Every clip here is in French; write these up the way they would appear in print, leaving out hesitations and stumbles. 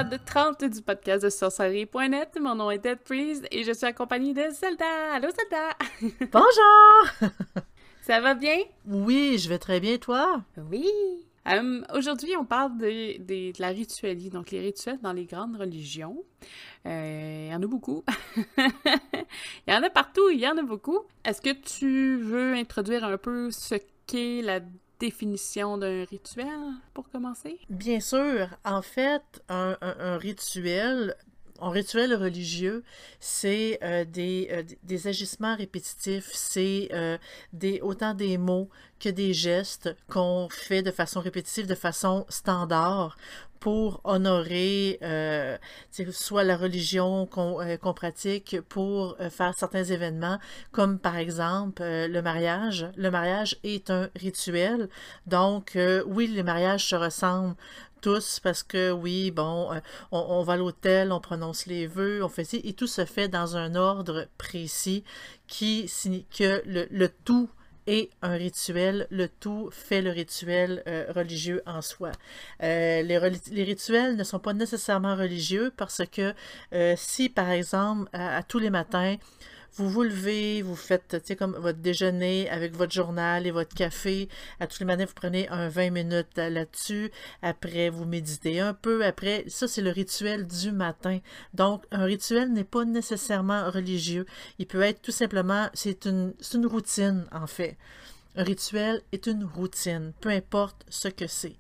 l'épisode 30 du podcast de sorcellerie.net. Mon nom est Dead Priest et je suis accompagnée de Zelda. Allô Zelda! Bonjour! Ça va bien? Oui, je vais très bien, toi? Oui! Aujourd'hui, on parle de la ritualité, donc les rituels dans les grandes religions. Il y en a beaucoup. Il y en a partout, il y en a beaucoup. Est-ce que tu veux introduire un peu ce qu'est la définition d'un rituel pour commencer? Bien sûr, en fait, un rituel, un rituel religieux, c'est des agissements répétitifs, c'est autant des mots que des gestes qu'on fait de façon répétitive, de façon standard, pour honorer soit la religion qu'on pratique, pour faire certains événements, comme par exemple le mariage. Le mariage est un rituel, donc oui, les mariages se ressemblent tous parce que oui, bon, on va à l'hôtel, on prononce les vœux, on fait ci, et tout se fait dans un ordre précis qui signifie que le tout est un rituel, le tout fait le rituel religieux en soi. Les rituels ne sont pas nécessairement religieux parce que si, par exemple, à tous les matins, vous vous levez, vous faites, tu sais, comme votre déjeuner avec votre journal et votre café. À tous les matins, vous prenez un 20 minutes là-dessus. Après, vous méditez un peu. Après, ça, c'est le rituel du matin. Donc, un rituel n'est pas nécessairement religieux. Il peut être tout simplement, c'est une routine, en fait. Un rituel est une routine, peu importe ce que c'est.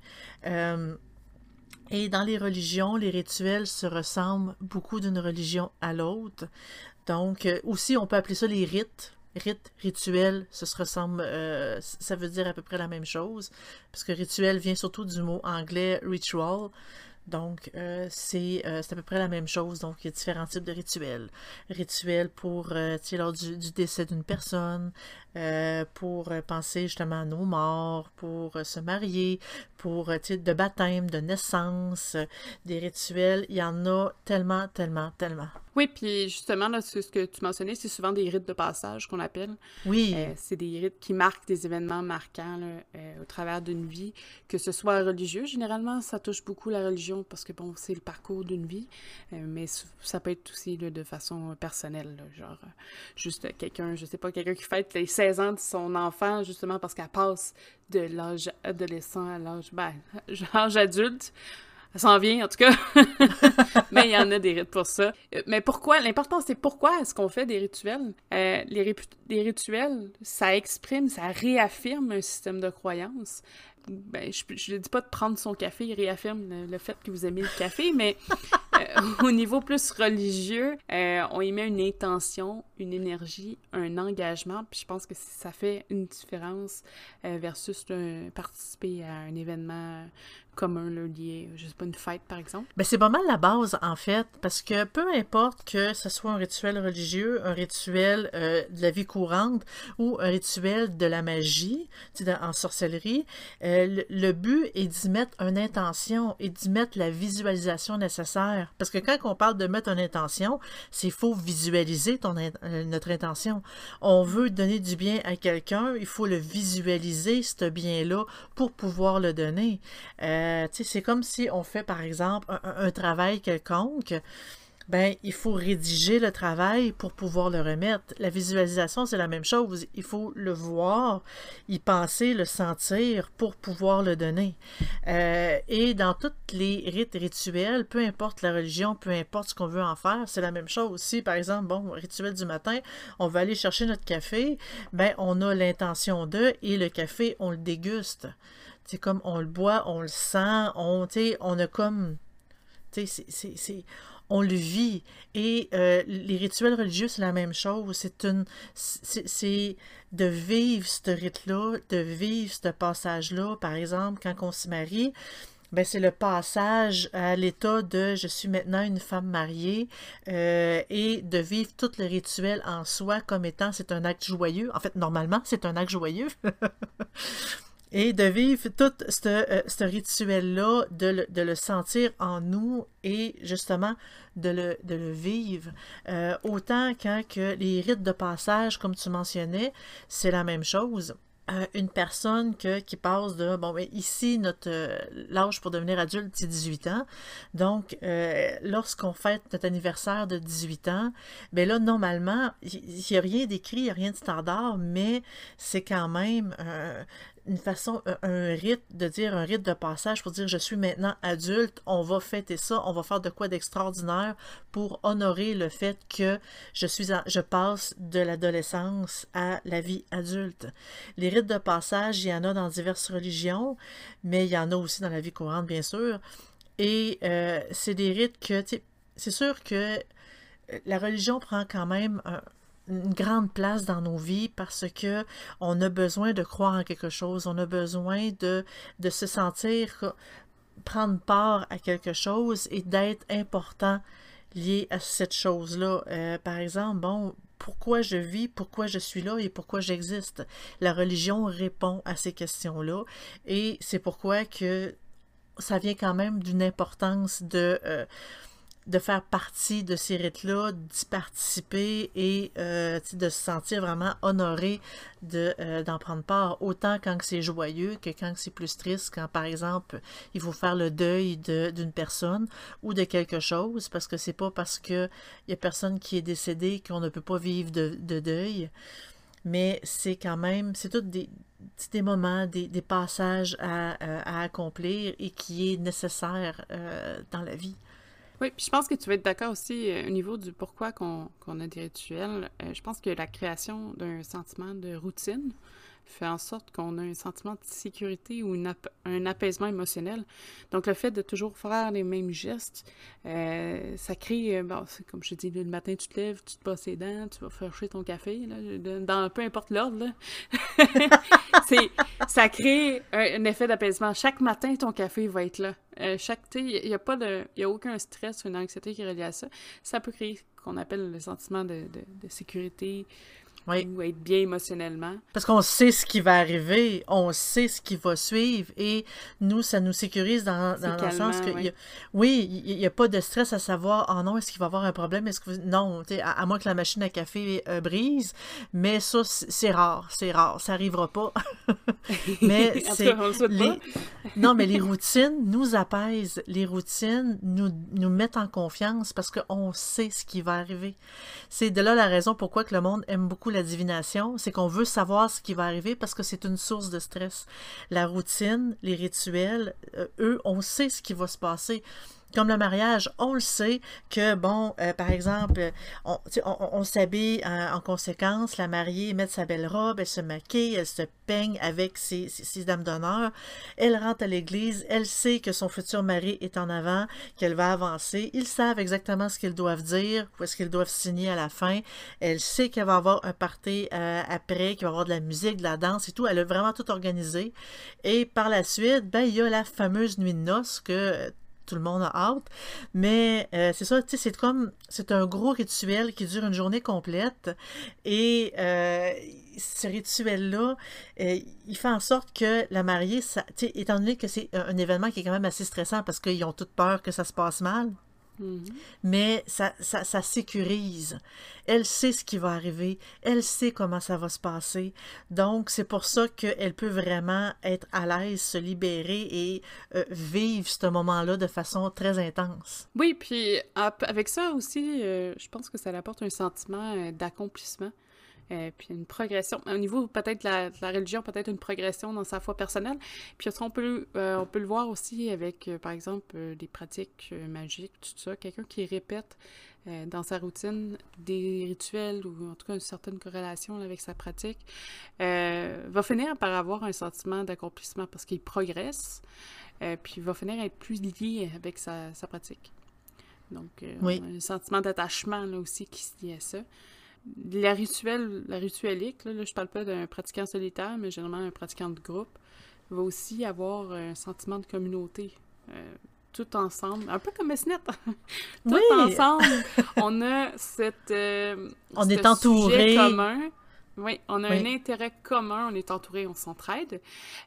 Et dans les religions, les rituels se ressemblent beaucoup d'une religion à l'autre. Donc, aussi, on peut appeler ça les rites. Rites, rituels, ça se ressemble, ça veut dire à peu près la même chose, parce que rituel vient surtout du mot anglais ritual. Donc, c'est à peu près la même chose. Donc, il y a différents types de rituels. Rituels pour, tu sais, lors du décès d'une personne, pour penser justement à nos morts, pour se marier, pour, tu sais, de baptême, de naissance, des rituels. Il y en a tellement, tellement, tellement. Oui, puis justement, là, ce que tu mentionnais, c'est souvent des rites de passage qu'on appelle. Oui, C'est des rites qui marquent des événements marquants là, au travers d'une vie, que ce soit religieux. Généralement, ça touche beaucoup la religion parce que, bon, c'est le parcours d'une vie, mais ça peut être aussi là, de façon personnelle, là, genre juste quelqu'un, je sais pas, quelqu'un qui fête les 16 ans de son enfant justement parce qu'elle passe de l'âge adolescent à l'âge adulte. Ça s'en vient, en tout cas. Mais il y en a des rites pour ça. Mais pourquoi? L'important, c'est pourquoi est-ce qu'on fait des rituels? Les rituels, ça exprime, ça réaffirme un système de croyance. Ben, je ne dis pas de prendre son café, il réaffirme le fait que vous aimez le café, mais au niveau plus religieux, on y met une intention, une énergie, un engagement, puis je pense que ça fait une différence versus participer à un événement commun, là, lié, je sais pas, une fête par exemple. ben c'est pas mal la base en fait, parce que peu importe que ce soit un rituel religieux, un rituel de la vie courante ou un rituel de la magie, tu sais, en sorcellerie, le but est d'y mettre une intention et d'y mettre la visualisation nécessaire. Parce que quand on parle de mettre une intention, c'est faut visualiser notre intention. On veut donner du bien à quelqu'un, il faut le visualiser, ce bien-là, pour pouvoir le donner. C'est comme si on fait, par exemple, un travail quelconque. Ben, il faut rédiger le travail pour pouvoir le remettre. La visualisation, c'est la même chose. Il faut le voir, y penser, le sentir pour pouvoir le donner. Et dans tous les rites rituels, peu importe la religion, peu importe ce qu'on veut en faire, c'est la même chose. Si, par exemple, bon, rituel du matin, on va aller chercher notre café, ben, on a l'intention et le café, on le déguste. C'est comme on le boit, on le sent, on a comme... on le vit. Et les rituels religieux, c'est la même chose. C'est de vivre ce rite-là, de vivre ce passage-là. Par exemple, quand on se marie, ben c'est le passage à l'état de je suis maintenant une femme mariée et de vivre tout le rituel en soi comme étant c'est un acte joyeux. En fait, normalement, c'est un acte joyeux. Et de vivre tout ce rituel-là, de le sentir en nous et justement de le vivre. Autant quand que les rites de passage, comme tu mentionnais, c'est la même chose. une personne qui passe de, bon, ben, ici, l'âge pour devenir adulte, c'est 18 ans. Donc, lorsqu'on fête notre anniversaire de 18 ans, ben là, normalement, il n'y a rien d'écrit, il n'y a rien de standard, mais c'est quand même une façon, un rite, de dire un rite de passage pour dire je suis maintenant adulte, on va fêter ça, on va faire de quoi d'extraordinaire pour honorer le fait que je passe de l'adolescence à la vie adulte. Les rites de passage, il y en a dans diverses religions, mais il y en a aussi dans la vie courante, bien sûr. Et c'est des rites que, tu sais, c'est sûr que la religion prend quand même une grande place dans nos vies parce que on a besoin de croire en quelque chose, on a besoin de se sentir prendre part à quelque chose et d'être important lié à cette chose-là. Par exemple, bon, pourquoi je vis, pourquoi je suis là et pourquoi j'existe. La religion répond à ces questions-là et c'est pourquoi que ça vient quand même d'une importance de faire partie de ces rites-là, d'y participer et de se sentir vraiment honoré d'en prendre part, autant quand c'est joyeux que quand c'est plus triste, quand par exemple il faut faire le deuil d'une personne ou de quelque chose, parce que c'est pas parce que il y a personne qui est décédé qu'on ne peut pas vivre de deuil, mais c'est quand même, c'est tous des moments, des passages à accomplir et qui est nécessaire dans la vie. Oui, puis je pense que tu vas être d'accord aussi au niveau du pourquoi qu'on a des rituels. Je pense que la création d'un sentiment de routine fait en sorte qu'on a un sentiment de sécurité ou un apaisement émotionnel. Donc, le fait de toujours faire les mêmes gestes, ça crée, bon, c'est comme je te dis, le matin, tu te lèves, tu te brosses les dents, tu vas faire chier ton café, là, dans peu importe l'ordre, là. Ça crée un effet d'apaisement. Chaque matin, ton café va être là. Il n'y a aucun stress ou une anxiété qui est reliée à ça. Ça peut créer ce qu'on appelle le sentiment de sécurité, Oui. ou être bien émotionnellement. Parce qu'on sait ce qui va arriver, on sait ce qui va suivre et nous, ça nous sécurise dans le sens que, oui, il n'y a pas de stress à savoir, oh non, est-ce qu'il va y avoir un problème? Non, à moins que la machine à café brise, mais ça, c'est rare, ça n'arrivera pas. Mais c'est... Non, mais les routines nous apaisent, les routines nous mettent en confiance parce qu'on sait ce qui va arriver. C'est de là la raison pourquoi que le monde aime beaucoup la divination, c'est qu'on veut savoir ce qui va arriver parce que c'est une source de stress. La routine, les rituels, eux, on sait ce qui va se passer. Comme le mariage, on le sait que, bon, par exemple, on s'habille en conséquence, la mariée met sa belle robe, elle se maquille, elle se peigne avec ses dames d'honneur, elle rentre à l'église, elle sait que son futur mari est en avant, qu'elle va avancer, ils savent exactement ce qu'ils doivent dire, ou est-ce qu'ils doivent signer à la fin, elle sait qu'elle va avoir un party après, qu'il va y avoir de la musique, de la danse et tout, elle a vraiment tout organisé, et par la suite, ben, il y a la fameuse nuit de noces que tout le monde a hâte, mais c'est ça, tu sais, c'est un gros rituel qui dure une journée complète, et ce rituel-là, il fait en sorte que la mariée, étant donné que c'est un événement qui est quand même assez stressant parce qu'ils ont toute peur que ça se passe mal, mais ça sécurise. Elle sait ce qui va arriver, elle sait comment ça va se passer. Donc, c'est pour ça qu'elle peut vraiment être à l'aise, se libérer et vivre ce moment-là de façon très intense. Oui, puis avec ça aussi, je pense que ça apporte un sentiment d'accomplissement. Puis une progression. Au niveau peut-être de la religion, peut-être une progression dans sa foi personnelle. Puis on peut le voir aussi avec, par exemple, des pratiques magiques, tout ça. Quelqu'un qui répète dans sa routine des rituels ou en tout cas une certaine corrélation avec sa pratique, va finir par avoir un sentiment d'accomplissement parce qu'il progresse, puis il va finir à être plus lié avec sa pratique. Donc, oui. On a un sentiment d'attachement là aussi qui se lie à ça. La rituelique, là, je parle pas d'un pratiquant solitaire, mais généralement un pratiquant de groupe, va aussi avoir un sentiment de communauté. Tout ensemble, un peu comme Mesnet. Tout ensemble, on a on est entouré. Sujet commun. Oui, on a un intérêt commun, on est entouré, on s'entraide.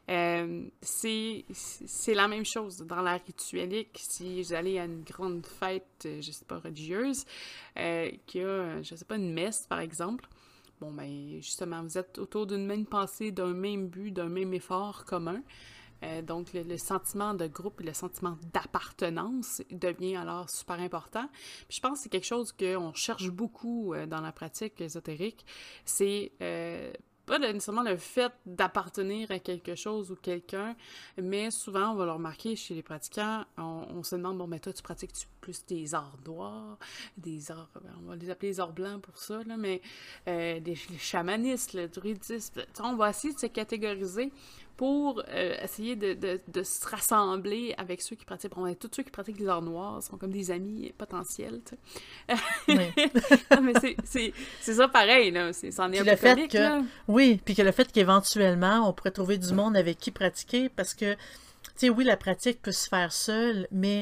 C'est la même chose dans la rituelique. Si vous allez à une grande fête, je sais pas, religieuse, qui a, je sais pas, une messe, par exemple, bon, ben, justement, vous êtes autour d'une même pensée, d'un même but, d'un même effort commun. Donc, le sentiment de groupe et le sentiment d'appartenance devient alors super important. Puis je pense que c'est quelque chose qu'on cherche beaucoup dans la pratique ésotérique. C'est pas nécessairement le fait d'appartenir à quelque chose ou quelqu'un, mais souvent, on va le remarquer chez les pratiquants, on se demande, bon, ben toi, tu pratiques-tu plus des arts noirs, des arts, on va les appeler les arts blancs pour ça, là, mais les chamanistes, le druidisme, on va essayer de se catégoriser pour essayer de se rassembler avec ceux qui pratiquent. Bon, tous ceux qui pratiquent les arts noirs sont comme des amis potentiels, tu sais. Oui. Non, mais c'est ça pareil, là. C'en est Puis un le peu comique, fait là. oui, puis que le fait qu'éventuellement, on pourrait trouver du monde avec qui pratiquer, parce que, tu sais, oui, la pratique peut se faire seule, mais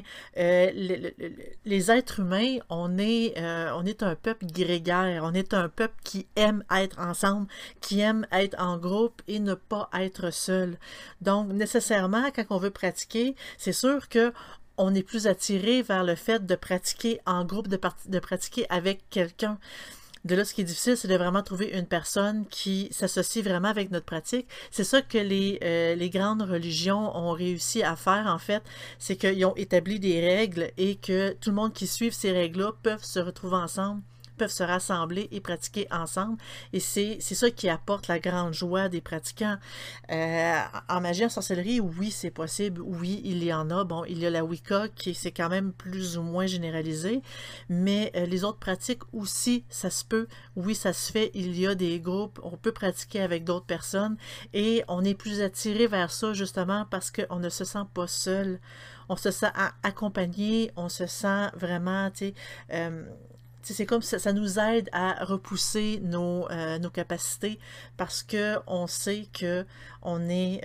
les êtres humains, on est un peuple grégaire, on est un peuple qui aime être ensemble, qui aime être en groupe et ne pas être seul. Donc, nécessairement, quand on veut pratiquer, c'est sûr que on est plus attiré vers le fait de pratiquer en groupe, de pratiquer avec quelqu'un. De là, ce qui est difficile, c'est de vraiment trouver une personne qui s'associe vraiment avec notre pratique. C'est ça que les grandes religions ont réussi à faire, en fait, c'est qu'ils ont établi des règles et que tout le monde qui suit ces règles-là peuvent se retrouver ensemble, peuvent se rassembler et pratiquer ensemble. Et c'est ça qui apporte la grande joie des pratiquants. En magie, en sorcellerie, oui, c'est possible. Oui, il y en a. Bon, il y a la Wicca qui c'est quand même plus ou moins généralisé. Mais les autres pratiques aussi, ça se peut. Oui, ça se fait. Il y a des groupes. On peut pratiquer avec d'autres personnes. Et on est plus attiré vers ça, justement, parce qu'on ne se sent pas seul. On se sent accompagné. On se sent vraiment, tu sais... c'est comme ça nous aide à repousser nos capacités parce que on sait que on n'est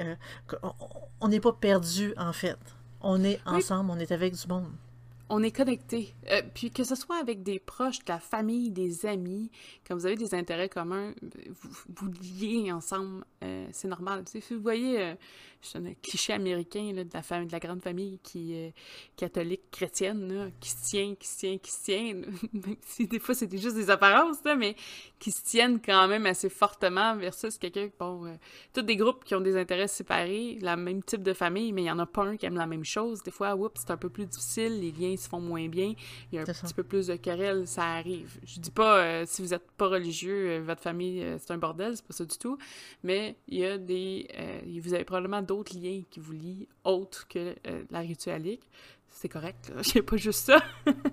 pas perdu en fait. On est Oui, ensemble, on est avec du monde. on est connecté. Puis que ce soit avec des proches, de la famille, des amis, quand vous avez des intérêts communs, vous liez ensemble, c'est normal. Tu sais, si vous voyez, c'est un cliché américain là, de la grande famille qui catholique chrétienne, là, qui se tient, même si des fois c'était juste des apparences, là, mais qui se tiennent quand même assez fortement versus quelqu'un, bon, tous des groupes qui ont des intérêts séparés, le même type de famille, mais il n'y en a pas un qui aime la même chose. Des fois, oups, c'est un peu plus difficile, les liens se font moins bien, il y a un petit peu plus de querelles, ça arrive. Je dis pas, si vous n'êtes pas religieux, votre famille, c'est un bordel, c'est pas ça du tout, mais il y a vous avez probablement d'autres liens qui vous lient autres que la ritualique. C'est correct, je sais pas juste ça.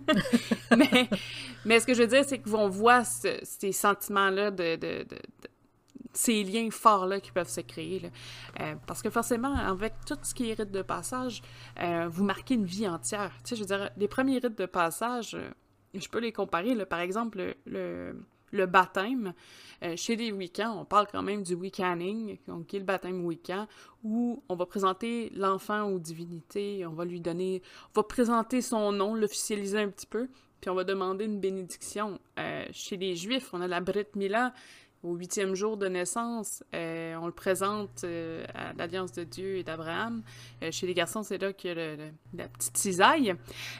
mais ce que je veux dire, c'est qu'on voit ces sentiments-là ces liens forts-là qui peuvent se créer. Là. Parce que forcément, avec tout ce qui est rite de passage, vous marquez une vie entière. Tu sais, je veux dire, les premiers rites de passage, je peux les comparer. Là. Par exemple, le baptême, chez les Wiccans, on parle quand même du Wiccaning, donc qui est le baptême Wiccan, où on va présenter l'enfant aux divinités, on va présenter son nom, l'officialiser un petit peu, puis on va demander une bénédiction. Chez les Juifs, on a la Brit Mila, au 8e jour de naissance, on le présente à l'Alliance de Dieu et d'Abraham. Chez les garçons, c'est là qu'il y a la petite cisaille.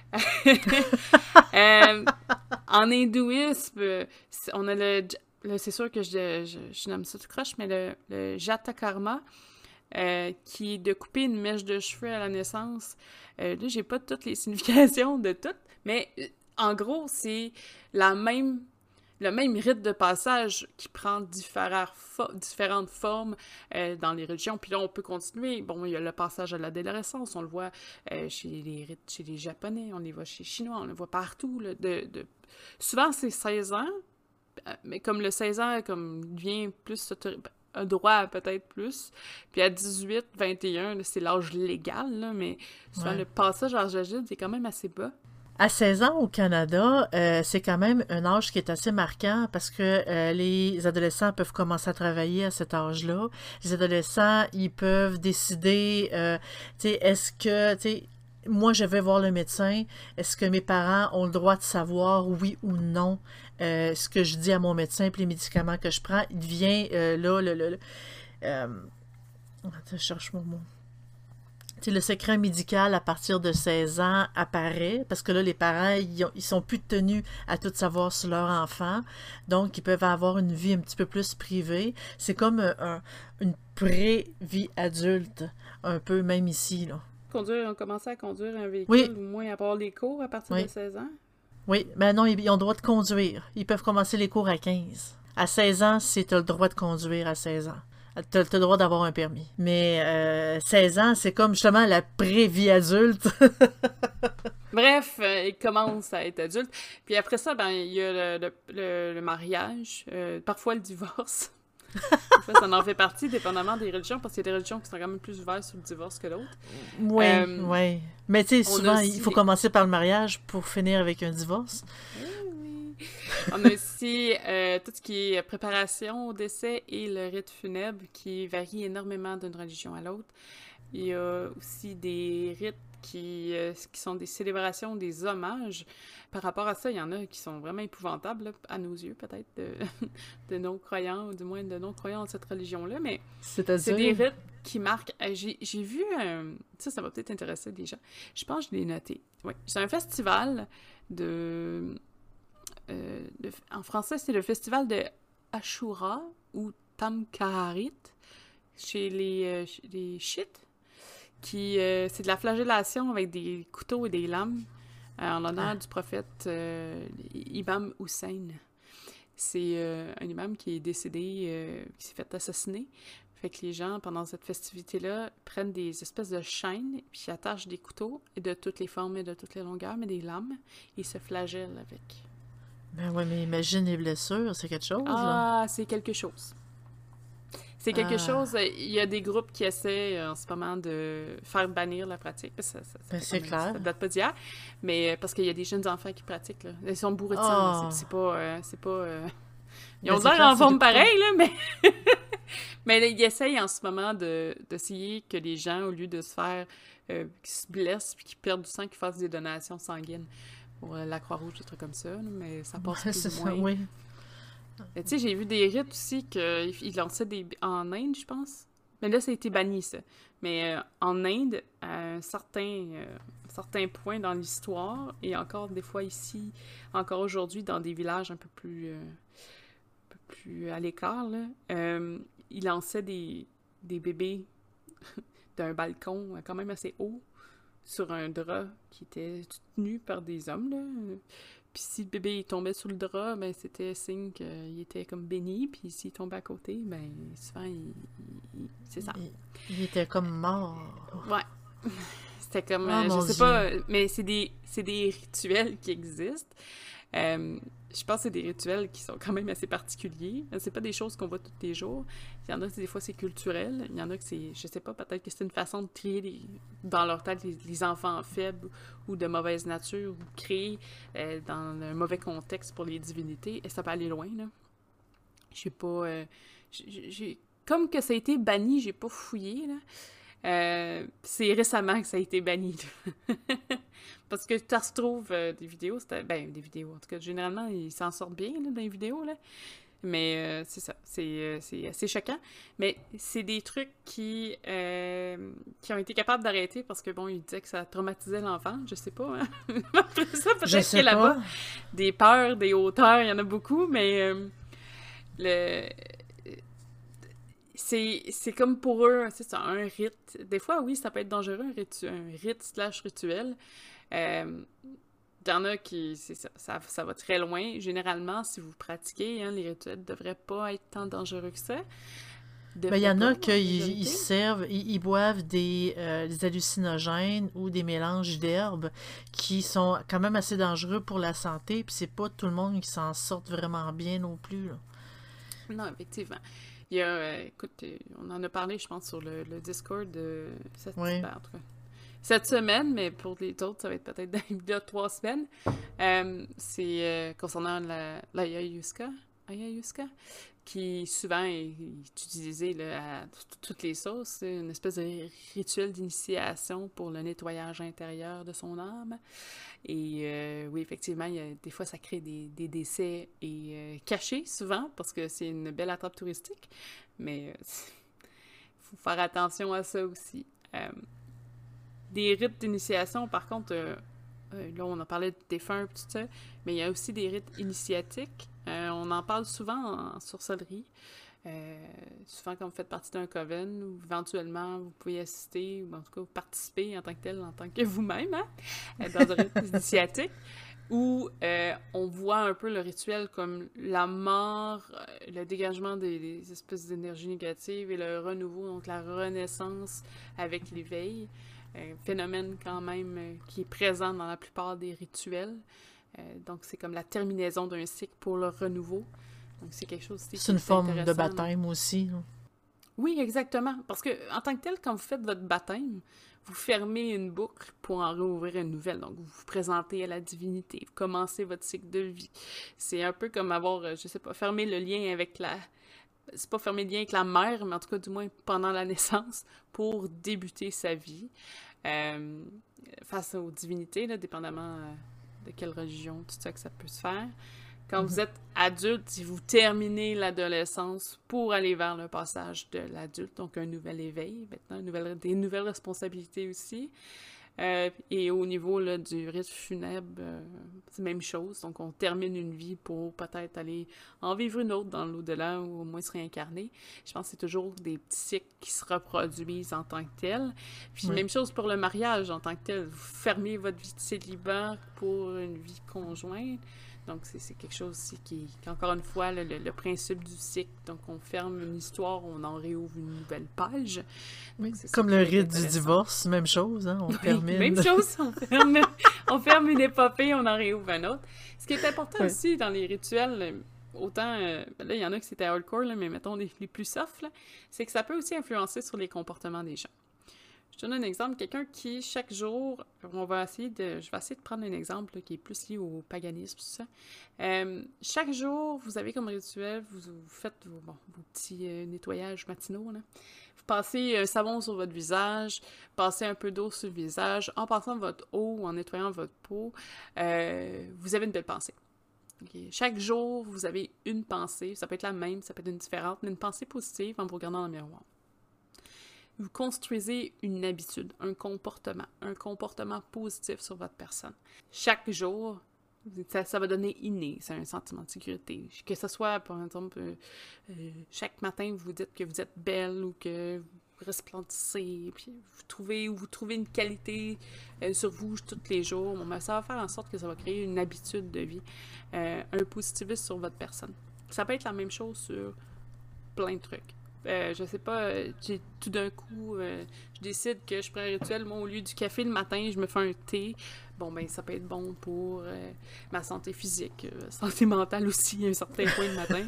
En hindouisme, on a c'est sûr que je nomme ça tout croche, mais le Jatakarma, qui est de couper une mèche de cheveux à la naissance. Là, j'ai pas toutes les significations de toutes, mais en gros, c'est le même rite de passage qui prend différentes formes dans les religions. Puis là, on peut continuer. Bon, il y a le passage à l'adolescence, on le voit chez les rites, chez les Japonais, on les voit chez les Chinois, on le voit partout. Là, Souvent, c'est 16 ans, mais comme le 16 ans comme devient plus un droit peut-être plus. Puis à 18, 21, là, c'est l'âge légal, là, mais souvent le passage à l'âge adulte est quand même assez bas. À 16 ans au Canada, c'est quand même un âge qui est assez marquant parce que les adolescents peuvent commencer à travailler à cet âge-là. Les adolescents, ils peuvent décider, tu sais, est-ce que, tu sais, moi, je vais voir le médecin. Est-ce que mes parents ont le droit de savoir, oui ou non, ce que je dis à mon médecin et les médicaments que je prends? Il devient là, attends, je cherche mon mot. Tu sais, le secret médical à partir de 16 ans apparaît, parce que là, les parents, ils sont plus tenus à tout savoir sur leur enfant, donc ils peuvent avoir une vie un petit peu plus privée. C'est comme une pré-vie adulte, un peu, même ici, là. On commençait à conduire un véhicule, Oui, ou moins à avoir les cours à partir de oui, 16 ans. oui, mais non, ils ont le droit de conduire. Ils peuvent commencer les cours à 15. À 16 ans, c'est t'as le droit de conduire à 16 ans. T'as le droit d'avoir un permis. Mais 16 ans, c'est comme justement la pré-vie adulte. Bref, il commence à être adulte. Puis après ça, ben il y a le mariage, parfois le divorce. En fait, ça en fait partie, dépendamment des religions, parce qu'il y a des religions qui sont quand même plus ouvertes sur le divorce que d'autres. Oui, oui. Mais tu sais, On a souvent, il aussi faut commencer par le mariage pour finir avec un divorce. Oui. On a aussi tout ce qui est préparation au décès et le rite funèbre qui varie énormément d'une religion à l'autre. Il y a aussi des rites qui sont des célébrations, des hommages. Par rapport à ça, il y en a qui sont vraiment épouvantables, là, à nos yeux, peut-être, de non-croyants, ou du moins de non-croyants dans cette religion-là, mais c'est des C'est-à-dire? rites qui marquent... j'ai vu... ça va peut-être intéresser des gens. Je pense que je l'ai noté. Oui. C'est un festival en français, c'est le festival de Ashura ou Tamkaharit chez les Chiites. C'est de la flagellation avec des couteaux et des lames en l'honneur du prophète Imam Hussein. C'est un imam qui est décédé, qui s'est fait assassiner. Fait que les gens, pendant cette festivité-là, prennent des espèces de chaînes, puis attachent des couteaux de toutes les formes et de toutes les longueurs, mais des lames, et se flagellent avec. Ben ouais, mais imagine les blessures, c'est quelque chose, là. Ah, c'est quelque chose. C'est quelque chose. Ah, Il y a des groupes qui essaient en ce moment de faire bannir la pratique. Parce que ben c'est clair. ça date pas d'hier. Mais parce qu'il y a des jeunes enfants qui pratiquent. Là. Ils sont bourrés de sang. Là. Ah, C'est pas ils ben ont c'est l'air clair, en c'est forme dégoûtant. pareil, là, mais. Mais là, ils essayent en ce moment d'essayer que les gens, au lieu de se faire. Qui se blessent puis qui perdent du sang, qu'ils fassent des donations sanguines pour la Croix-Rouge, des trucs comme ça. Là, mais ça passe Ouais, plus c'est ou ça, moins. oui. Tu sais, j'ai vu des rites aussi qu'ils lançaient en Inde, je pense. Mais là, ça a été banni, ça. Mais en Inde, à un certain point dans l'histoire, et encore des fois ici, encore aujourd'hui, dans des villages un peu plus à l'écart, là, ils lançaient des bébés d'un balcon quand même assez haut sur un drap qui était tenu par des hommes, là. Puis si le bébé il tombait sur le drap, ben c'était signe qu'il était comme béni. Puis s'il tombait à côté, ben souvent, c'est ça. Il était comme mort. Ouais. C'était comme, Oh je mon sais Dieu. pas, mais c'est des rituels qui existent. Je pense que c'est des rituels qui sont quand même assez particuliers. C'est pas des choses qu'on voit tous les jours. Il y en a des fois c'est culturel. Il y en a que c'est, je sais pas, peut-être que c'est une façon de trier dans leur tête les enfants faibles ou de mauvaise nature ou créer dans un mauvais contexte pour les divinités. Et ça peut aller loin, là. Je sais pas. Comme que ça a été banni, j'ai pas fouillé, là. C'est récemment que ça a été banni. Parce que tu retrouves des vidéos, des vidéos, en tout cas, généralement, ils s'en sortent bien là, dans les vidéos, là. Mais c'est ça, c'est assez choquant. Mais c'est des trucs qui ont été capables d'arrêter parce que, bon, ils disaient que ça traumatisait l'enfant, je sais pas, hein. Après ça, Je peut-être que sais là-bas, pas. des peurs, des hauteurs, il y en a beaucoup, mais le c'est comme pour eux, c'est ça, un rite. Des fois, oui, ça peut être dangereux, un rite slash rituel. Il y en a qui, c'est ça, ça va très loin. Généralement, si vous pratiquez, hein, les rituels ne devraient pas être tant dangereux que ça. Ben, il y Devraient en pas, a en qui majorité. servent, ils boivent des hallucinogènes ou des mélanges d'herbes qui sont quand même assez dangereux pour la santé, puis c'est pas tout le monde qui s'en sort vraiment bien non plus, là. Non, effectivement. Il y a, écoute, on en a parlé, je pense, sur le Discord Oui. en tout cas, cette semaine, mais pour les autres, ça va être peut-être dans il y a 3 semaines. C'est concernant l'ayahuasca, qui souvent est utilisé là, à toutes les sauces. C'est une espèce de rituel d'initiation pour le nettoyage intérieur de son âme. Et oui, effectivement, des fois, ça crée des décès et cachés, souvent, parce que c'est une belle attrape touristique. Mais il faut faire attention à ça aussi. Des rites d'initiation, par contre, là, on a parlé de défunts et tout ça, mais il y a aussi des rites initiatiques. On en parle souvent en sorcellerie. Souvent, quand vous faites partie d'un coven, ou éventuellement, vous pouvez assister, ou en tout cas, participer en tant que tel, en tant que vous-même, hein, dans un rite initiatique, où on voit un peu le rituel comme la mort, le dégagement des espèces d'énergie négatives et le renouveau, donc la renaissance avec l'éveil. Phénomène quand même qui est présent dans la plupart des rituels. Donc, c'est comme la terminaison d'un cycle pour le renouveau. Donc, c'est quelque chose aussi C'est une forme de baptême aussi. Hein. Oui, exactement. Parce que en tant que tel, quand vous faites votre baptême, vous fermez une boucle pour en rouvrir une nouvelle. Donc, vous vous présentez à la divinité, vous commencez votre cycle de vie. C'est un peu comme avoir, je sais pas, fermé le lien avec la... C'est pas fermer le lien avec la mère, mais en tout cas, du moins pendant la naissance, pour débuter sa vie. Face aux divinités, là, dépendamment de quelle religion, tout ça que ça peut se faire. Quand vous êtes adulte, si vous terminez l'adolescence pour aller vers le passage de l'adulte, donc un nouvel éveil, maintenant, des nouvelles responsabilités aussi. Et au niveau là, du rite funèbre, c'est la même chose. Donc, on termine une vie pour peut-être aller en vivre une autre dans l'au-delà ou au moins se réincarner. Je pense que c'est toujours des petits cycles qui se reproduisent en tant que tels. Puis, même chose pour le mariage en tant que tel. Vous fermez votre vie de célibat pour une vie conjointe. Donc, c'est quelque chose aussi qui encore une fois, le principe du cycle. Donc, on ferme une histoire, on en réouvre une nouvelle page. Oui, comme le rite du divorce, même chose, hein? On termine. Même chose, on ferme une épopée, on en réouvre un autre. Ce qui est important aussi dans les rituels, autant, là, il y en a qui c'était hardcore, là, mais mettons les plus soft, c'est que ça peut aussi influencer sur les comportements des gens. Je te donne un exemple, quelqu'un qui, chaque jour, je vais essayer de prendre un exemple là, qui est plus lié au paganisme, tout ça. Chaque jour, vous avez comme rituel, vous faites vos petits nettoyages matinaux, là. Vous passez un savon sur votre visage, passez un peu d'eau sur le visage, en passant votre eau ou en nettoyant votre peau, vous avez une belle pensée. Okay. Chaque jour, vous avez une pensée, ça peut être la même, ça peut être une différente, mais une pensée positive en vous regardant dans le miroir. Vous construisez une habitude, un comportement positif sur votre personne. Chaque jour, ça va donner inné, c'est un sentiment de sécurité. Que ce soit, par exemple, chaque matin, vous dites que vous êtes belle ou que vous resplendissez, puis vous trouvez une qualité sur vous tous les jours. Bon, ça va faire en sorte que ça va créer une habitude de vie, un positivisme sur votre personne. Ça peut être la même chose sur plein de trucs. Je sais pas, tout d'un coup, je décide que je prends un rituel. Moi, au lieu du café le matin, je me fais un thé. Bon, ben, ça peut être bon pour ma santé physique, santé mentale aussi, à un certain point le matin.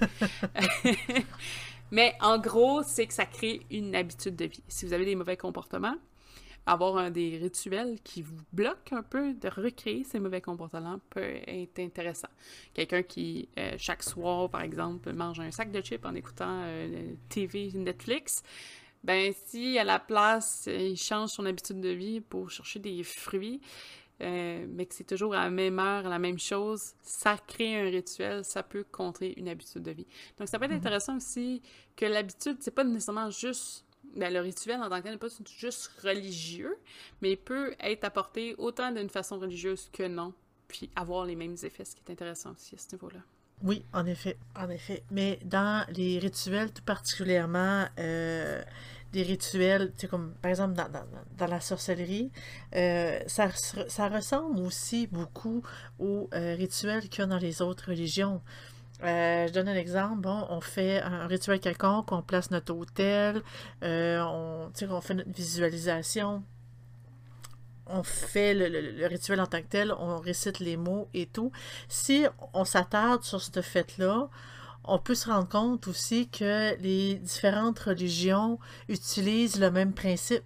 Mais en gros, c'est que ça crée une habitude de vie. Si vous avez des mauvais comportements, avoir des rituels qui vous bloquent un peu de recréer ces mauvais comportements peut être intéressant. Quelqu'un qui, chaque soir, par exemple, mange un sac de chips en écoutant TV Netflix, ben si à la place, il change son habitude de vie pour chercher des fruits, mais que c'est toujours à la même heure, la même chose, ça crée un rituel, ça peut contrer une habitude de vie. Donc ça peut être intéressant aussi que l'habitude, c'est pas nécessairement juste... Ben, le rituel en tant que tel n'est pas juste religieux, mais il peut être apporté autant d'une façon religieuse que non, puis avoir les mêmes effets, ce qui est intéressant aussi à ce niveau-là. Oui, en effet, en effet. Mais dans les rituels, tout particulièrement, des rituels, tu sais, comme par exemple dans la sorcellerie, ça ressemble aussi beaucoup aux rituels qu'il y a dans les autres religions. Je donne un exemple. Bon, on fait un rituel quelconque, on place notre autel, on fait notre visualisation, on fait le rituel en tant que tel, on récite les mots et tout. Si on s'attarde sur ce fait-là, on peut se rendre compte aussi que les différentes religions utilisent le même principe.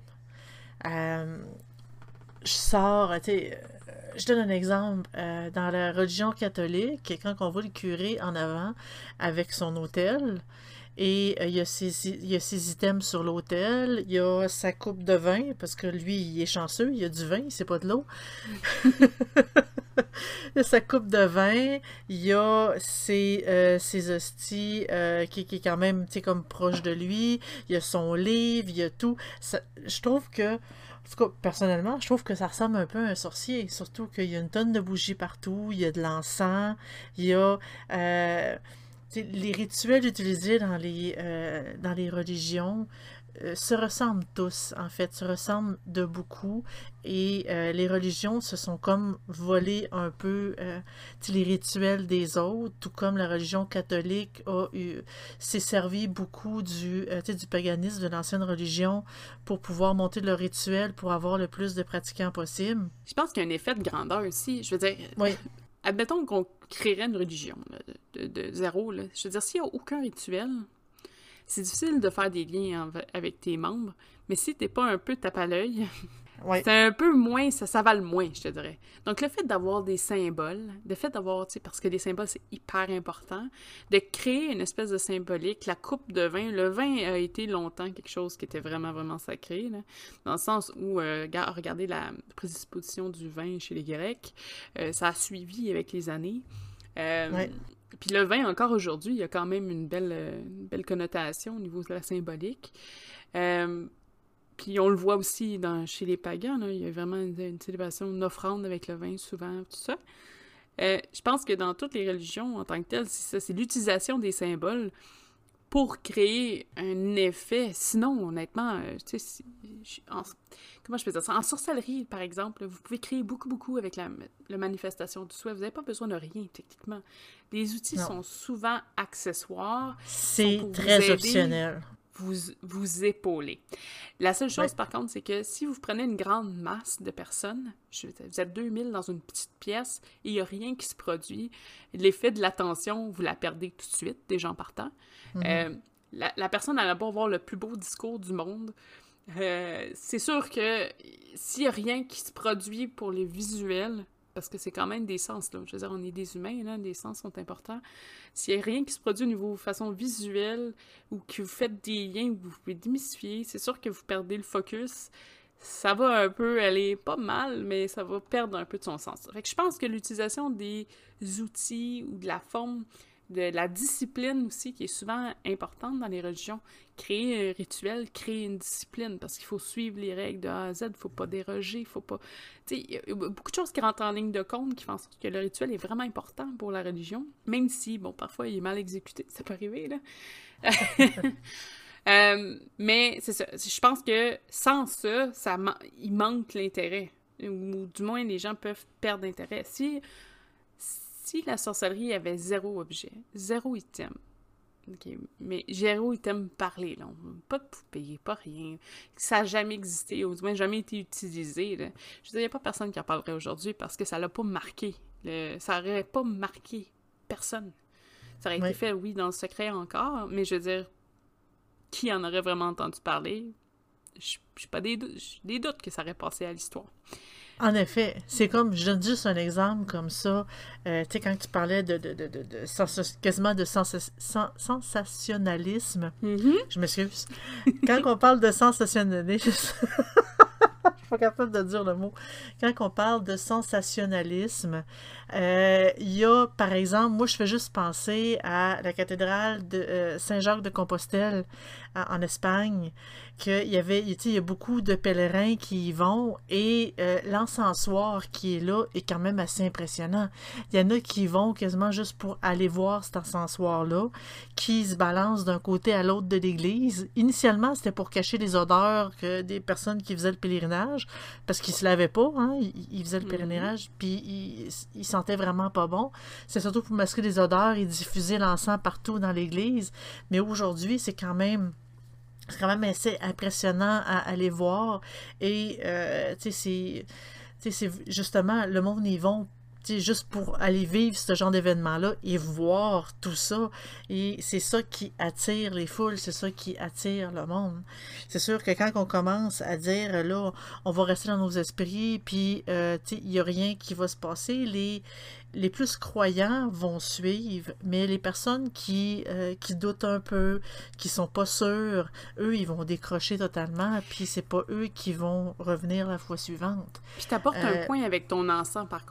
Je donne un exemple. Dans la religion catholique, quand on voit le curé en avant avec son autel, et il y a ses items sur l'autel, il y a sa coupe de vin, parce que lui, il est chanceux, il y a du vin, c'est pas de l'eau. Il y a sa coupe de vin, il y a ses hosties qui est quand même, tu sais, comme proche de lui, il y a son livre, il y a tout. Je trouve que, en tout cas, personnellement, je trouve que ça ressemble un peu à un sorcier, surtout qu'il y a une tonne de bougies partout, il y a de l'encens, il y a... les rituels utilisés dans les religions se ressemblent tous, en fait, se ressemblent de beaucoup. Et les religions se sont comme volées un peu les rituels des autres, tout comme la religion catholique s'est servi beaucoup du paganisme de l'ancienne religion pour pouvoir monter le rituel pour avoir le plus de pratiquants possible. Je pense qu'il y a un effet de grandeur aussi. Je veux dire, oui. Admettons qu'on créerait une religion là, de zéro. Là. Je veux dire, s'il n'y a aucun rituel, c'est difficile de faire des liens avec tes membres, mais si t'es pas un peu tape à l'œil, c'est un peu moins, ça vale moins, je te dirais. Donc, le fait d'avoir des symboles, le fait d'avoir, tu sais, parce que les symboles, c'est hyper important, de créer une espèce de symbolique, la coupe de vin, le vin a été longtemps quelque chose qui était vraiment, vraiment sacré, là, dans le sens où, regardez la prédisposition du vin chez les Grecs, ça a suivi avec les années. Puis le vin, encore aujourd'hui, il y a quand même une belle connotation au niveau de la symbolique. Puis on le voit aussi chez les pagans, là, il y a vraiment une célébration, une offrande avec le vin, souvent, tout ça. Je pense que dans toutes les religions, en tant que telles, c'est ça, c'est l'utilisation des symboles pour créer un effet. Sinon, honnêtement, tu sais, comment je peux dire ça? En sorcellerie, par exemple, vous pouvez créer beaucoup avec la manifestation du souhait. Vous n'avez pas besoin de rien, techniquement. Les outils sont souvent accessoires. C'est très optionnel. Vous épauler. La seule chose, par contre, c'est que si vous prenez une grande masse de personnes, vous êtes 2000 dans une petite pièce et il n'y a rien qui se produit, l'effet de l'attention, vous la perdez tout de suite, des gens partant. La personne, elle va pas avoir le plus beau discours du monde. C'est sûr que s'il n'y a rien qui se produit pour les visuels, parce que c'est quand même des sens, là. Je veux dire, on est des humains, là, les sens sont importants. S'il n'y a rien qui se produit au niveau façon visuelle ou que vous faites des liens ou que vous pouvez démystifier, c'est sûr que vous perdez le focus. Ça va un peu aller pas mal, mais ça va perdre un peu de son sens. Fait que je pense que l'utilisation des outils ou de la forme, de la discipline aussi, qui est souvent importante dans les religions, créer un rituel, créer une discipline, parce qu'il faut suivre les règles de A à Z, il ne faut pas déroger, il faut pas... Tu sais, il y a beaucoup de choses qui rentrent en ligne de compte qui font en sorte que le rituel est vraiment important pour la religion, même si, bon, parfois, il est mal exécuté, ça peut arriver, là. Mais c'est ça, je pense que sans ça, il manque l'intérêt, ou du moins, les gens peuvent perdre l'intérêt. Si la sorcellerie avait zéro objet, zéro item, okay, mais zéro item parlé, là, pas de poupée, pas rien, ça n'a jamais existé, ou du moins jamais été utilisé, là. Je veux dire, il n'y a pas personne qui en parlerait aujourd'hui parce que ça l'a pas marqué. Ça n'aurait pas marqué personne. Ça aurait été fait, oui, dans le secret encore, mais je veux dire, qui en aurait vraiment entendu parler? Je n'ai pas des doutes que ça aurait passé à l'histoire. En effet, c'est comme, je donne juste un exemple comme ça, tu sais, quand tu parlais quasiment de sensationnalisme, je m'excuse, quand on parle de sensationnalisme, je suis pas capable de dire le mot, quand on parle de sensationnalisme, il y a, par exemple, moi je fais juste penser à la cathédrale de Saint-Jacques-de-Compostelle en Espagne, qu'il y avait, il y a beaucoup de pèlerins qui y vont et l'encensoir qui est là est quand même assez impressionnant. Il y en a qui y vont quasiment juste pour aller voir cet encensoir-là, qui se balance d'un côté à l'autre de l'église. Initialement, c'était pour cacher les odeurs que des personnes qui faisaient le pèlerinage, parce qu'ils se lavaient pas, hein, ils faisaient le pèlerinage, puis ils sentaient vraiment pas bon. C'est surtout pour masquer les odeurs et diffuser l'encens partout dans l'église. Mais aujourd'hui, c'est quand même assez impressionnant à aller voir. Et, c'est justement, le monde y vont juste pour aller vivre ce genre d'événement-là et voir tout ça. Et c'est ça qui attire les foules, c'est ça qui attire le monde. C'est sûr que quand on commence à dire, là, on va rester dans nos esprits, puis, il n'y a rien qui va se passer, les plus croyants vont suivre, mais les personnes qui doutent un peu, qui sont pas sûrs, eux, ils vont décrocher totalement, puis c'est pas eux qui vont revenir la fois suivante. Puis t'apportes un point avec ton encens, par contre.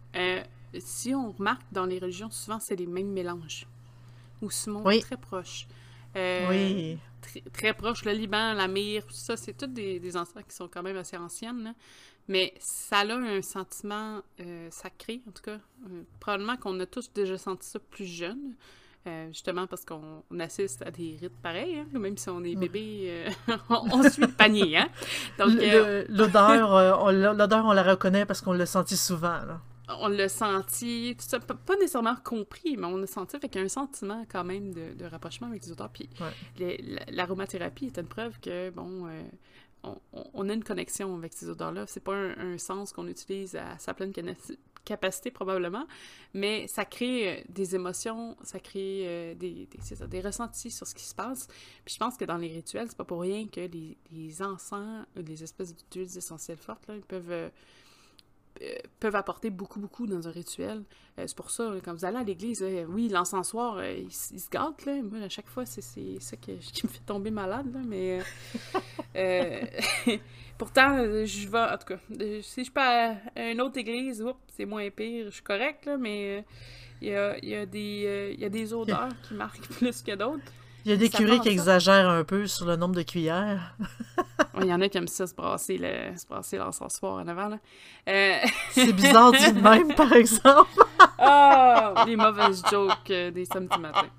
Euh, Si on remarque dans les religions, souvent c'est les mêmes mélanges, ou souvent Oui, très proches. Euh, oui. Très proches, le Liban, la Mire, tout ça, c'est toutes des ancêtres qui sont quand même assez anciennes, là. Mais ça a un sentiment sacré, en tout cas. Probablement qu'on a tous déjà senti ça plus jeune. Justement parce qu'on assiste à des rites pareils, hein, même si on est bébé, on suit le panier, hein. Donc, L'odeur, l'odeur, on la reconnaît parce qu'on l'a senti souvent, là. on l'a senti, tout ça, pas nécessairement compris, mais on l'a senti, fait qu'il y a un sentiment quand même de rapprochement avec les odeurs. Puis Ouais. l'aromathérapie est une preuve que, bon, on a une connexion avec ces odeurs-là. C'est pas un sens qu'on utilise à sa pleine capacité, probablement, mais ça crée des émotions, ça crée c'est ça, des ressentis sur ce qui se passe. Puis je pense que dans les rituels, c'est pas pour rien que les encens, les espèces d'huiles essentielles fortes, là, ils peuvent apporter beaucoup, beaucoup dans un rituel. C'est pour ça, quand vous allez à l'église, oui, l'encensoir, il se gâte, là. Moi, à chaque fois, c'est ça qui me fait tomber malade, là, mais... euh, pourtant, je vais, en tout cas, si je peux à une autre église, oups, c'est moins pire, je suis correcte, là, mais il y a des odeurs qui marquent plus que d'autres. Il y a Puis des ça fait curés en qui sorte... exagèrent un peu sur le nombre de cuillères. Il y en a qui aiment ça, se brasser l'encensoir en avant, là. C'est bizarre dit de même, par exemple. Ah, les mauvaises jokes des samedis matins.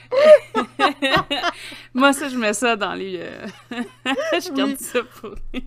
Moi, ça, je mets ça dans les... je garde Oui. ça pour les...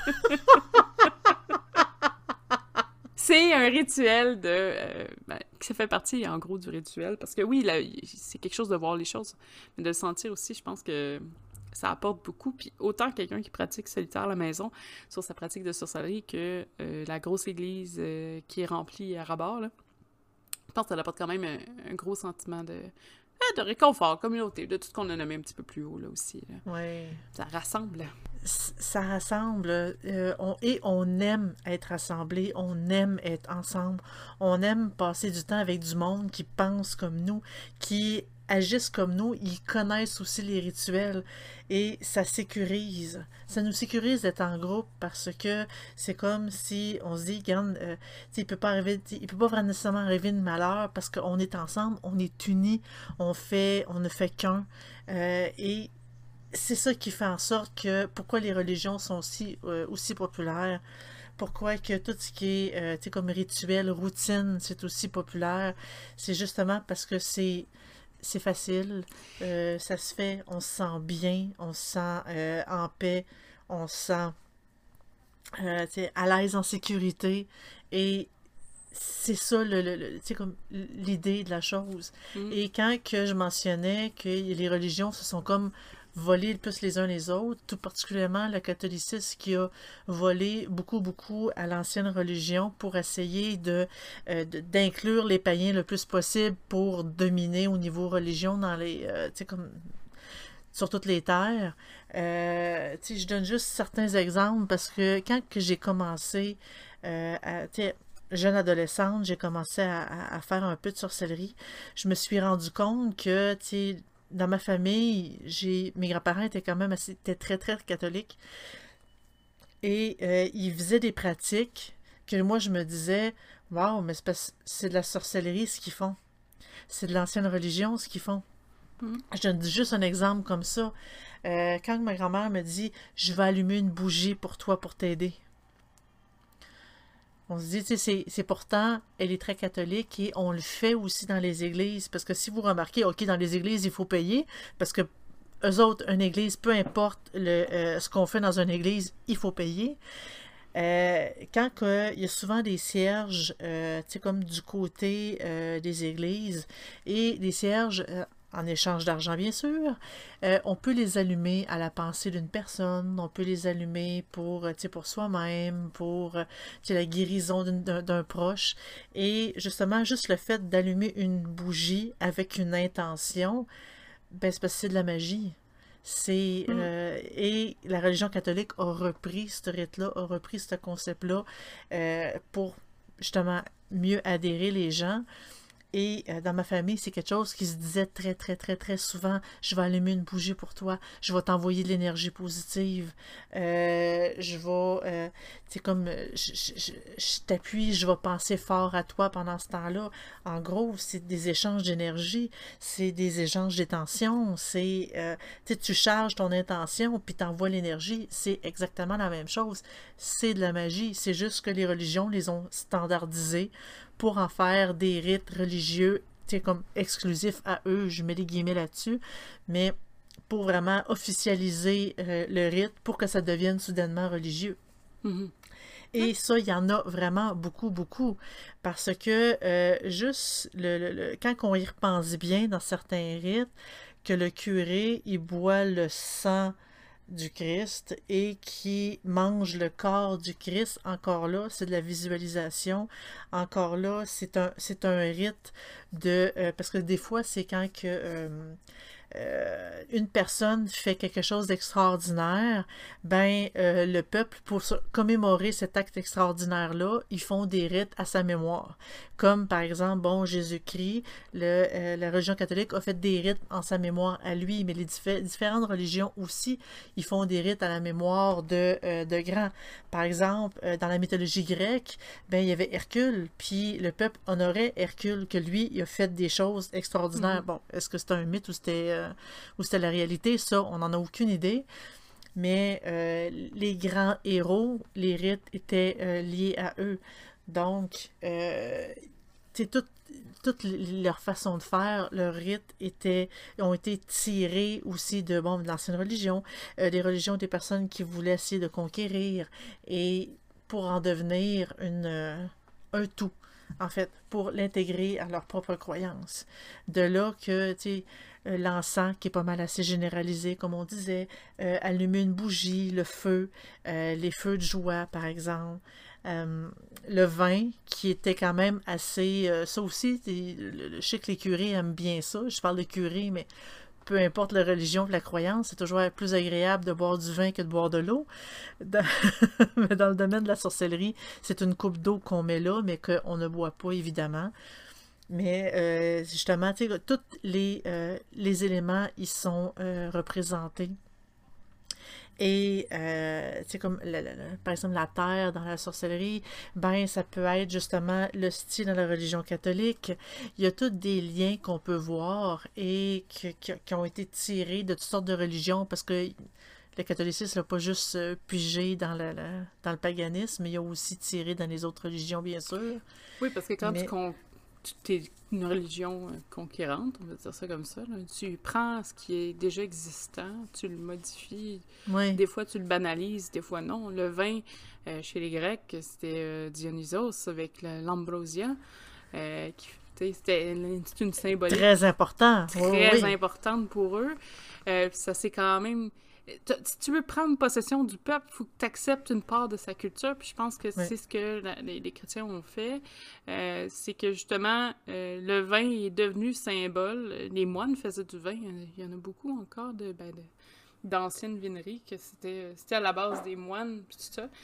C'est un rituel ça fait partie, en gros, du rituel. Parce que oui, là, c'est quelque chose de voir les choses, mais de le sentir aussi, je pense que ça apporte beaucoup. Puis autant quelqu'un qui pratique solitaire à la maison sur sa pratique de sorcellerie que la grosse église qui est remplie à ras-bord, là, je pense que ça apporte quand même un gros sentiment de réconfort, communauté, de tout ce qu'on a nommé un petit peu plus haut, là, aussi. Là. Oui. Ça rassemble. Ça rassemble et on aime être rassemblés, on aime être ensemble, on aime passer du temps avec du monde qui pense comme nous, qui agissent comme nous, ils connaissent aussi les rituels et ça sécurise. Ça nous sécurise d'être en groupe parce que c'est comme si on se dit, regarde, il peut pas arriver, il peut pas vraiment nécessairement arriver de malheur parce qu'on est ensemble, on est unis, on ne fait qu'un et c'est ça qui fait en sorte que pourquoi les religions sont aussi populaires, pourquoi que tout ce qui est comme rituel, routine, c'est aussi populaire, c'est justement parce que c'est facile, ça se fait, on se sent bien, on se sent en paix, on se sent à l'aise en sécurité et c'est ça comme l'idée de la chose. Mm. Et quand que je mentionnais que les religions se sont comme volées plus les uns les autres, tout particulièrement le catholicisme qui a volé beaucoup, beaucoup à l'ancienne religion pour essayer d'inclure les païens le plus possible pour dominer au niveau religion dans les, comme sur toutes les terres. Je donne juste certains exemples parce que quand que j'ai commencé jeune adolescente, j'ai commencé à faire un peu de sorcellerie. Je me suis rendu compte que, tu sais, dans ma famille, mes grands-parents étaient quand même étaient très, très catholiques. Et ils faisaient des pratiques que moi, je me disais, waouh, mais c'est de la sorcellerie ce qu'ils font. C'est de l'ancienne religion ce qu'ils font. Mm. Je donne juste un exemple comme ça. Quand ma grand-mère me dit, je vais allumer une bougie pour toi pour t'aider. On se dit, tu sais, c'est pourtant, elle est très catholique et on le fait aussi dans les églises. Parce que si vous remarquez, OK, dans les églises, il faut payer. Parce que eux autres, une église, peu importe ce qu'on fait dans une église, il faut payer. Quand il y a souvent des cierges, tu sais, comme du côté des églises, et les cierges, en échange d'argent bien sûr, on peut les allumer à la pensée d'une personne, on peut les allumer pour soi-même, pour la guérison d'un proche. Et justement, juste le fait d'allumer une bougie avec une intention, ben, c'est parce que c'est de la magie. Et la religion catholique a repris ce rite-là, a repris ce concept-là pour justement mieux adhérer les gens. Et dans ma famille, c'est quelque chose qui se disait très, très, très, très souvent. Je vais allumer une bougie pour toi. Je vais t'envoyer de l'énergie positive. Je vais, c'est comme, je t'appuie, je vais penser fort à toi pendant ce temps-là. En gros, c'est des échanges d'énergie, c'est des échanges d'intention, tu charges ton intention, puis t'envoies l'énergie. C'est exactement la même chose. C'est de la magie. C'est juste que les religions les ont standardisées pour en faire des rites religieux, comme exclusifs à eux, je mets des guillemets là-dessus, mais pour vraiment officialiser le rite pour que ça devienne soudainement religieux. Mhm. Et ça, il y en a vraiment beaucoup, beaucoup. Parce que juste quand on y repense bien dans certains rites, que le curé, il boit le sang du Christ et qui mange le corps du Christ, encore là, c'est de la visualisation. Encore là, c'est un rite de... parce que des fois, c'est quand que... une personne fait quelque chose d'extraordinaire, le peuple, pour commémorer cet acte extraordinaire-là, ils font des rites à sa mémoire. Comme, par exemple, Jésus-Christ, la religion catholique a fait des rites en sa mémoire à lui, mais les différentes religions aussi, ils font des rites à la mémoire de grands. Par exemple, dans la mythologie grecque, il y avait Hercule, puis le peuple honorait Hercule, que lui, il a fait des choses extraordinaires. Bon, est-ce que c'était un mythe ou c'était la réalité? Ça, on n'en a aucune idée. Mais les grands héros, les rites étaient liés à eux. Donc, toute leur façon de faire, leurs rites ont été tirés aussi de l'ancienne religion, des religions des personnes qui voulaient essayer de conquérir et pour en devenir un tout, en fait, pour l'intégrer à leur propre croyance. De là que, l'encens, qui est pas mal assez généralisé, comme on disait, allumer une bougie, le feu, les feux de joie, par exemple, le vin, qui était quand même assez... ça aussi, je sais que les curés aiment bien ça, je parle de curés, mais peu importe la religion, la croyance, c'est toujours plus agréable de boire du vin que de boire de l'eau. Mais dans le domaine de la sorcellerie, c'est une coupe d'eau qu'on met là, mais qu'on ne boit pas, évidemment. Mais justement, tous les éléments, ils sont représentés. Et, comme par exemple la terre dans la sorcellerie, ça peut être justement le style dans la religion catholique. Il y a tous des liens qu'on peut voir et qui ont été tirés de toutes sortes de religions parce que le catholicisme n'a pas juste pigé dans le paganisme, mais il a aussi tiré dans les autres religions, bien sûr. Oui, parce que quand tu es une religion conquérante, on va dire ça comme ça, là. Tu prends ce qui est déjà existant, tu le modifies. Oui. Des fois, tu le banalises, des fois non. Le vin, chez les Grecs, c'était Dionysos avec l'ambrosia, c'était une symbolique très importante. Très importante pour eux. Ça c'est quand même... Si tu veux prendre possession du peuple, il faut que tu acceptes une part de sa culture. Puis je pense que c'est ce que les chrétiens ont fait. C'est que justement, le vin est devenu symbole. Les moines faisaient du vin. Il y en a beaucoup encore d'anciennes vineries que c'était à la base des moines, puis tout ça.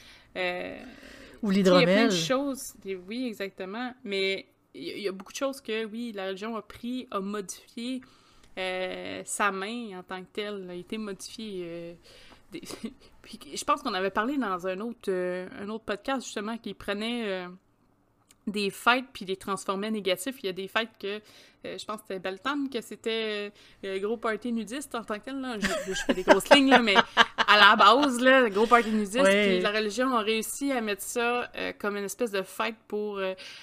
Ou l'hydromel. Il y a plein de choses. Oui, exactement. Mais il y a beaucoup de choses que, oui, la religion a modifié. Sa main en tant que telle a été modifiée. Puis je pense qu'on avait parlé dans un autre podcast justement qui prenait des fêtes puis les transformait négatifs. Il y a des fêtes que je pense que c'était Beltane, que c'était gros party nudiste en tant que tel. Là. Je fais des grosses lignes, là, mais à la base, là, gros party nudiste. Oui. Puis la religion a réussi à mettre ça comme une espèce de fête pour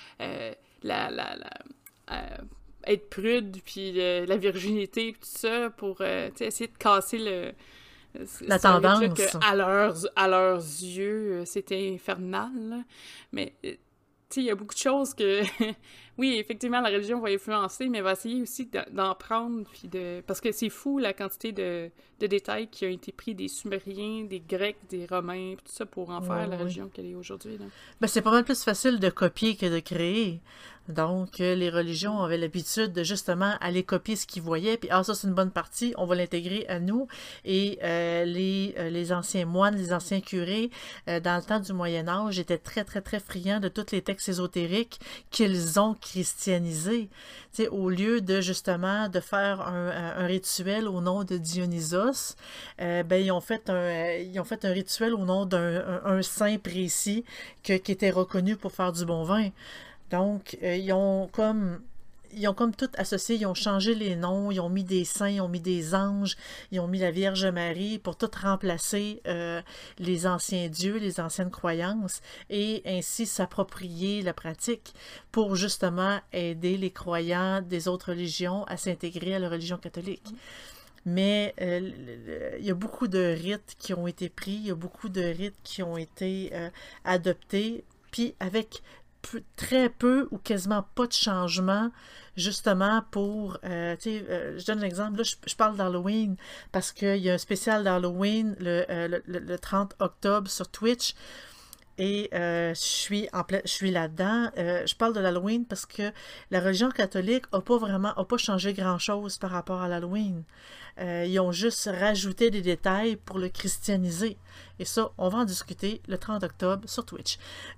être prude, puis la virginité, puis tout ça, pour essayer de casser la tendance. Que, à leurs yeux, c'était infernal. Là. Mais, il y a beaucoup de choses que... oui, effectivement, la religion va influencer, mais elle va essayer aussi d'en prendre, puis parce que c'est fou, la quantité de détails qui ont été pris des Sumériens, des Grecs, des Romains, tout ça, pour en faire la religion qu'elle est aujourd'hui. Là. C'est pas mal plus facile de copier que de créer. Donc, les religions avaient l'habitude de justement aller copier ce qu'ils voyaient, puis ça c'est une bonne partie, on va l'intégrer à nous. Et les anciens moines, les anciens curés, dans le temps du Moyen Âge, étaient très, très, très friands de tous les textes ésotériques qu'ils ont christianisé. Tu sais, au lieu de justement de faire un rituel au nom de Dionysos, ben ils ont fait un rituel au nom d'un saint précis qui était reconnu pour faire du bon vin. Donc, ils ont comme tout associé, ils ont changé les noms, ils ont mis des saints, ils ont mis des anges, ils ont mis la Vierge Marie pour tout remplacer les anciens dieux, les anciennes croyances, et ainsi s'approprier la pratique pour justement aider les croyants des autres religions à s'intégrer à la religion catholique. Mais il y a beaucoup de rites qui ont été pris, il y a beaucoup de rites qui ont été adoptés, puis avec très peu ou quasiment pas de changement, justement pour, je donne l'exemple, là, je parle d'Halloween, parce qu'il y a un spécial d'Halloween le 30 octobre sur Twitch, et je suis là-dedans. Je parle de l'Halloween parce que la religion catholique a pas changé grand-chose par rapport à l'Halloween. Ils ont juste rajouté des détails pour le christianiser. Et ça, on va en discuter le 30 octobre sur Twitch.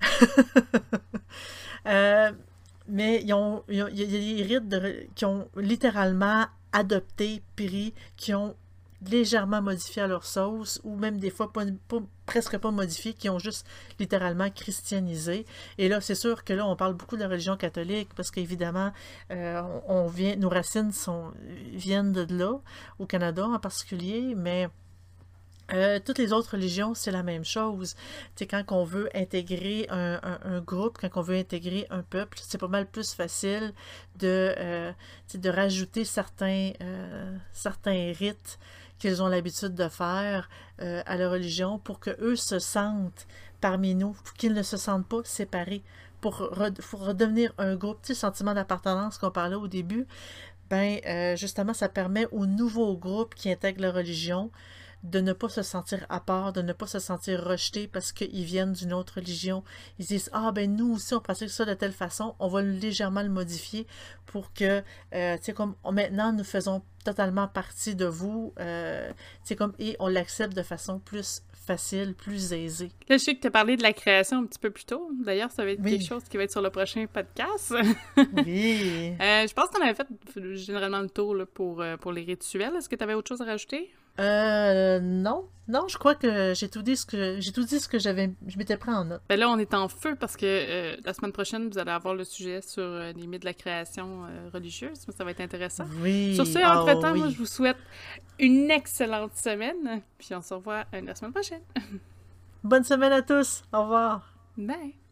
Mais il y a des rites qui ont littéralement adopté, pris, qui ont légèrement modifié à leur sauce, ou même des fois presque pas modifié, qui ont juste littéralement christianisé. Et là, c'est sûr que là, on parle beaucoup de la religion catholique, parce qu'évidemment, nos racines viennent de là, au Canada en particulier, mais toutes les autres religions, c'est la même chose. T'sais, quand on veut intégrer un groupe, quand on veut intégrer un peuple, c'est pas mal plus facile de rajouter certains rites qu'ils ont l'habitude de faire à la religion pour qu'eux se sentent parmi nous, pour qu'ils ne se sentent pas séparés, pour redevenir un groupe. Tu sais, le sentiment d'appartenance qu'on parlait au début, justement, ça permet aux nouveaux groupes qui intègrent la religion de ne pas se sentir à part, de ne pas se sentir rejeté parce qu'ils viennent d'une autre religion. Ils disent, ah ben nous aussi on pratique ça de telle façon, on va légèrement le modifier pour que, comme maintenant nous faisons totalement partie de vous, et on l'accepte de façon plus facile, plus aisée. Là, je sais que tu as parlé de la création un petit peu plus tôt. D'ailleurs, ça va être quelque chose qui va être sur le prochain podcast. Oui. Je pense qu'on avait fait généralement le tour là, pour les rituels. Est-ce que tu avais autre chose à rajouter? Non, je crois que j'ai tout dit ce que je m'étais pris en note. Ben là, on est en feu parce que la semaine prochaine, vous allez avoir le sujet sur les mythes de la création religieuse. Ça va être intéressant. Oui. Sur ce, entre-temps, moi, je vous souhaite une excellente semaine. Puis on se revoit la semaine prochaine. Bonne semaine à tous. Au revoir. Bye.